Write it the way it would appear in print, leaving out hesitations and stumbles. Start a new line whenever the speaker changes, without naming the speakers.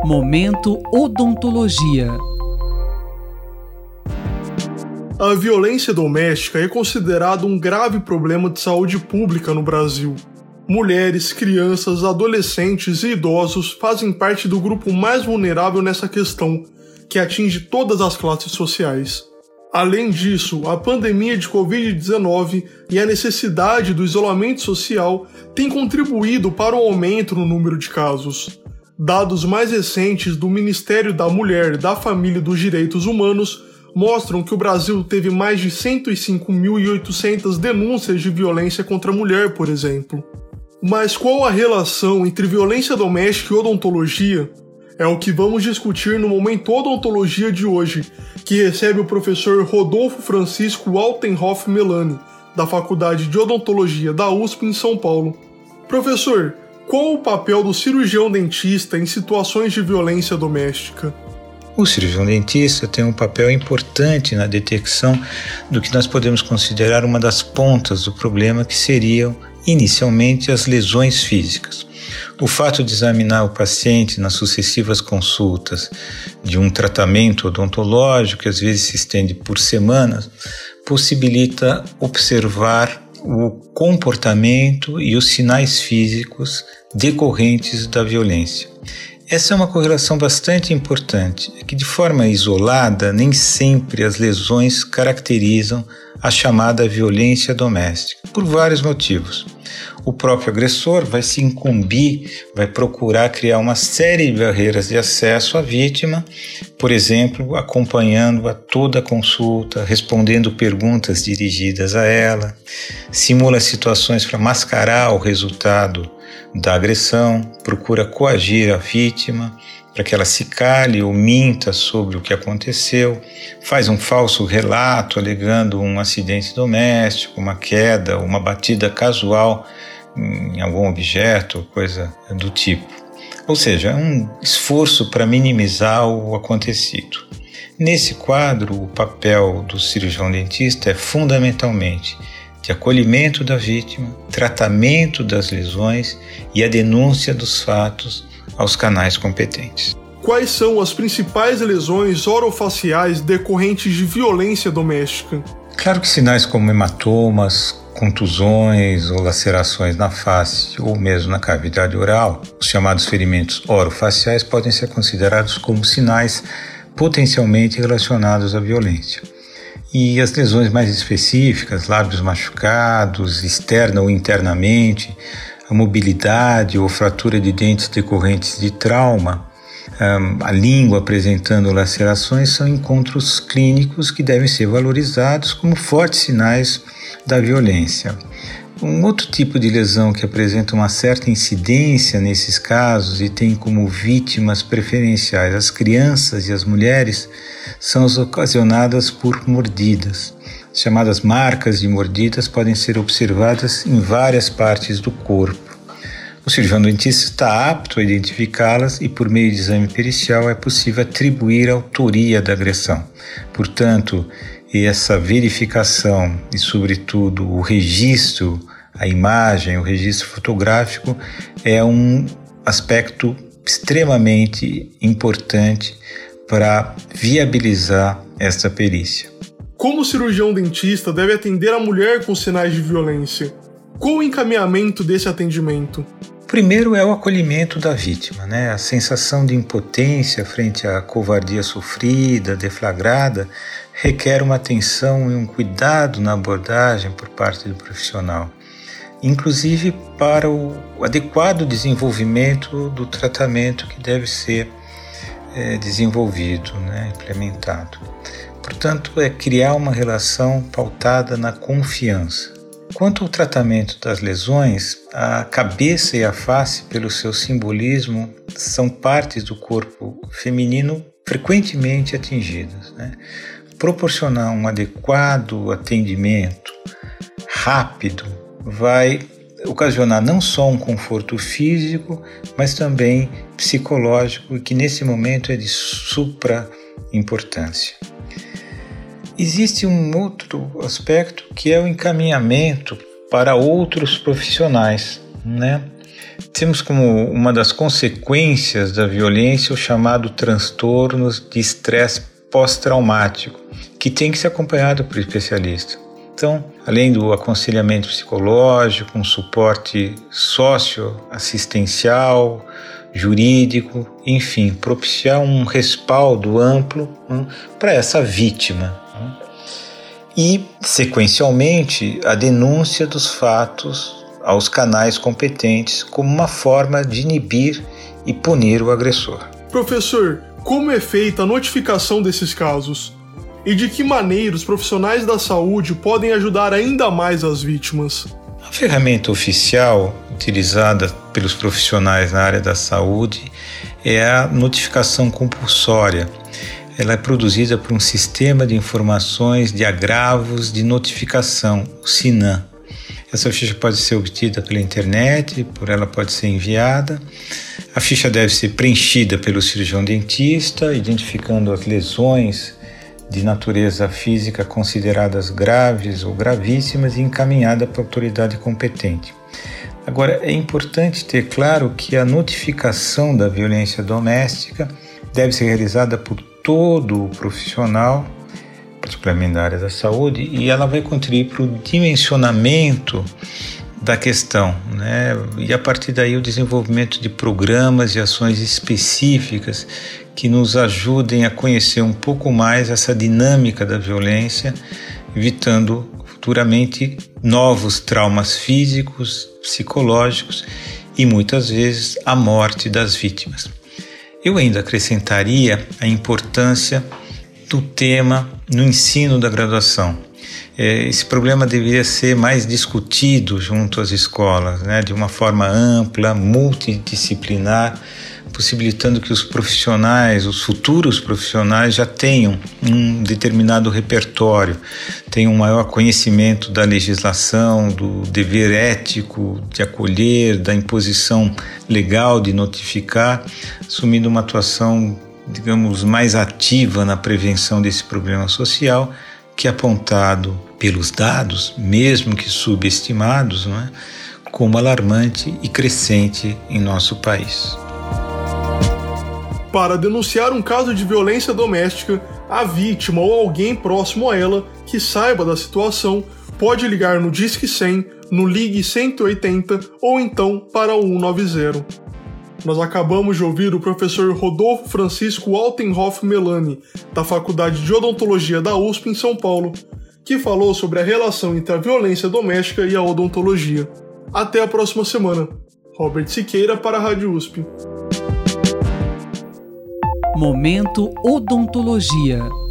Momento Odontologia.
A violência doméstica é considerada um grave problema de saúde pública no Brasil. Mulheres, crianças, adolescentes e idosos fazem parte do grupo mais vulnerável nessa questão, que atinge todas as classes sociais. Além disso, a pandemia de Covid-19 e a necessidade do isolamento social têm contribuído para o aumento no número de casos. Dados mais recentes do Ministério da Mulher, da Família e dos Direitos Humanos mostram que o Brasil teve mais de 105.800 denúncias de violência contra a mulher, por exemplo. Mas qual a relação entre violência doméstica e odontologia? É o que vamos discutir no Momento Odontologia de hoje, que recebe o professor Rodolfo Francisco Altenhoff Melani, da Faculdade de Odontologia da USP em São Paulo. Professor, qual o papel do cirurgião dentista em situações de violência doméstica?
O cirurgião dentista tem um papel importante na detecção do que nós podemos considerar uma das pontas do problema, que seriam, inicialmente, as lesões físicas. O fato de examinar o paciente nas sucessivas consultas de um tratamento odontológico, que às vezes se estende por semanas, possibilita observar o comportamento e os sinais físicos decorrentes da violência. Essa é uma correlação bastante importante, que de forma isolada nem sempre as lesões caracterizam a chamada violência doméstica, por vários motivos. O próprio agressor vai se incumbir, vai procurar criar uma série de barreiras de acesso à vítima, por exemplo, acompanhando-a toda a consulta, respondendo perguntas dirigidas a ela, simula situações para mascarar o resultado da agressão, procura coagir a vítima para que ela se cale ou minta sobre o que aconteceu, faz um falso relato alegando um acidente doméstico, uma queda, uma batida casual em algum objeto, coisa do tipo. Ou seja, é um esforço para minimizar o acontecido. Nesse quadro, o papel do cirurgião dentista é fundamentalmente de acolhimento da vítima, tratamento das lesões e a denúncia dos fatos aos canais competentes.
Quais são as principais lesões orofaciais decorrentes de violência doméstica?
Claro que sinais como hematomas, contusões ou lacerações na face ou mesmo na cavidade oral, os chamados ferimentos orofaciais, podem ser considerados como sinais potencialmente relacionados à violência. E as lesões mais específicas, lábios machucados, externa ou internamente, a mobilidade ou fratura de dentes decorrentes de trauma, a língua apresentando lacerações, são encontros clínicos que devem ser valorizados como fortes sinais da violência. Um outro tipo de lesão que apresenta uma certa incidência nesses casos e tem como vítimas preferenciais as crianças e as mulheres são as ocasionadas por mordidas. As chamadas marcas de mordidas podem ser observadas em várias partes do corpo. O cirurgião dentista está apto a identificá-las e, por meio de exame pericial, é possível atribuir a autoria da agressão. Portanto, essa verificação e, sobretudo, o registro, a imagem, o registro fotográfico é um aspecto extremamente importante para viabilizar esta perícia.
Como o cirurgião dentista deve atender a mulher com sinais de violência? Qual o encaminhamento desse atendimento?
Primeiro é o acolhimento da vítima, A sensação de impotência frente à covardia sofrida, deflagrada, requer uma atenção e um cuidado na abordagem por parte do profissional, inclusive para o adequado desenvolvimento do tratamento que deve ser desenvolvido, implementado. Portanto, é criar uma relação pautada na confiança. Quanto ao tratamento das lesões, a cabeça e a face, pelo seu simbolismo, são partes do corpo feminino frequentemente atingidas. Proporcionar um adequado atendimento rápido vai ocasionar não só um conforto físico, mas também psicológico, que nesse momento é de supra importância. Existe um outro aspecto que é o encaminhamento para outros profissionais, Temos como uma das consequências da violência o chamado transtorno de estresse pós-traumático, que tem que ser acompanhado por especialista. Então, além do aconselhamento psicológico, um suporte socioassistencial, jurídico, enfim, propiciar um respaldo amplo para essa vítima. E, sequencialmente, a denúncia dos fatos aos canais competentes como uma forma de inibir e punir o agressor.
Professor, como é feita a notificação desses casos? E de que maneira os profissionais da saúde podem ajudar ainda mais as vítimas?
A ferramenta oficial utilizada pelos profissionais na área da saúde é a notificação compulsória. Ela é produzida por um sistema de informações de agravos de notificação, o SINAM. Essa ficha pode ser obtida pela internet, por ela pode ser enviada. A ficha deve ser preenchida pelo cirurgião dentista, identificando as lesões de natureza física consideradas graves ou gravíssimas e encaminhada para a autoridade competente. Agora, é importante ter claro que a notificação da violência doméstica deve ser realizada por todo o profissional, particularmente da área da saúde, e ela vai contribuir para o dimensionamento da questão, né? E a partir daí o desenvolvimento de programas e ações específicas que nos ajudem a conhecer um pouco mais essa dinâmica da violência, evitando futuramente novos traumas físicos, psicológicos e muitas vezes a morte das vítimas. Eu ainda acrescentaria a importância do tema no ensino da graduação. Esse problema deveria ser mais discutido junto às escolas, né, de uma forma ampla, multidisciplinar, possibilitando que os profissionais, os futuros profissionais, já tenham um determinado repertório, tenham um maior conhecimento da legislação, do dever ético de acolher, da imposição legal de notificar, assumindo uma atuação, digamos, mais ativa na prevenção desse problema social, que é apontado pelos dados, mesmo que subestimados, não é, como alarmante e crescente em nosso país.
Para denunciar um caso de violência doméstica, a vítima ou alguém próximo a ela que saiba da situação pode ligar no Disque 100, no Ligue 180 ou então para o 190. Nós acabamos de ouvir o professor Rodolfo Francisco Altenhoff Melani, da Faculdade de Odontologia da USP em São Paulo, que falou sobre a relação entre a violência doméstica e a odontologia. Até a próxima semana. Robert Siqueira para a Rádio USP.
Momento Odontologia.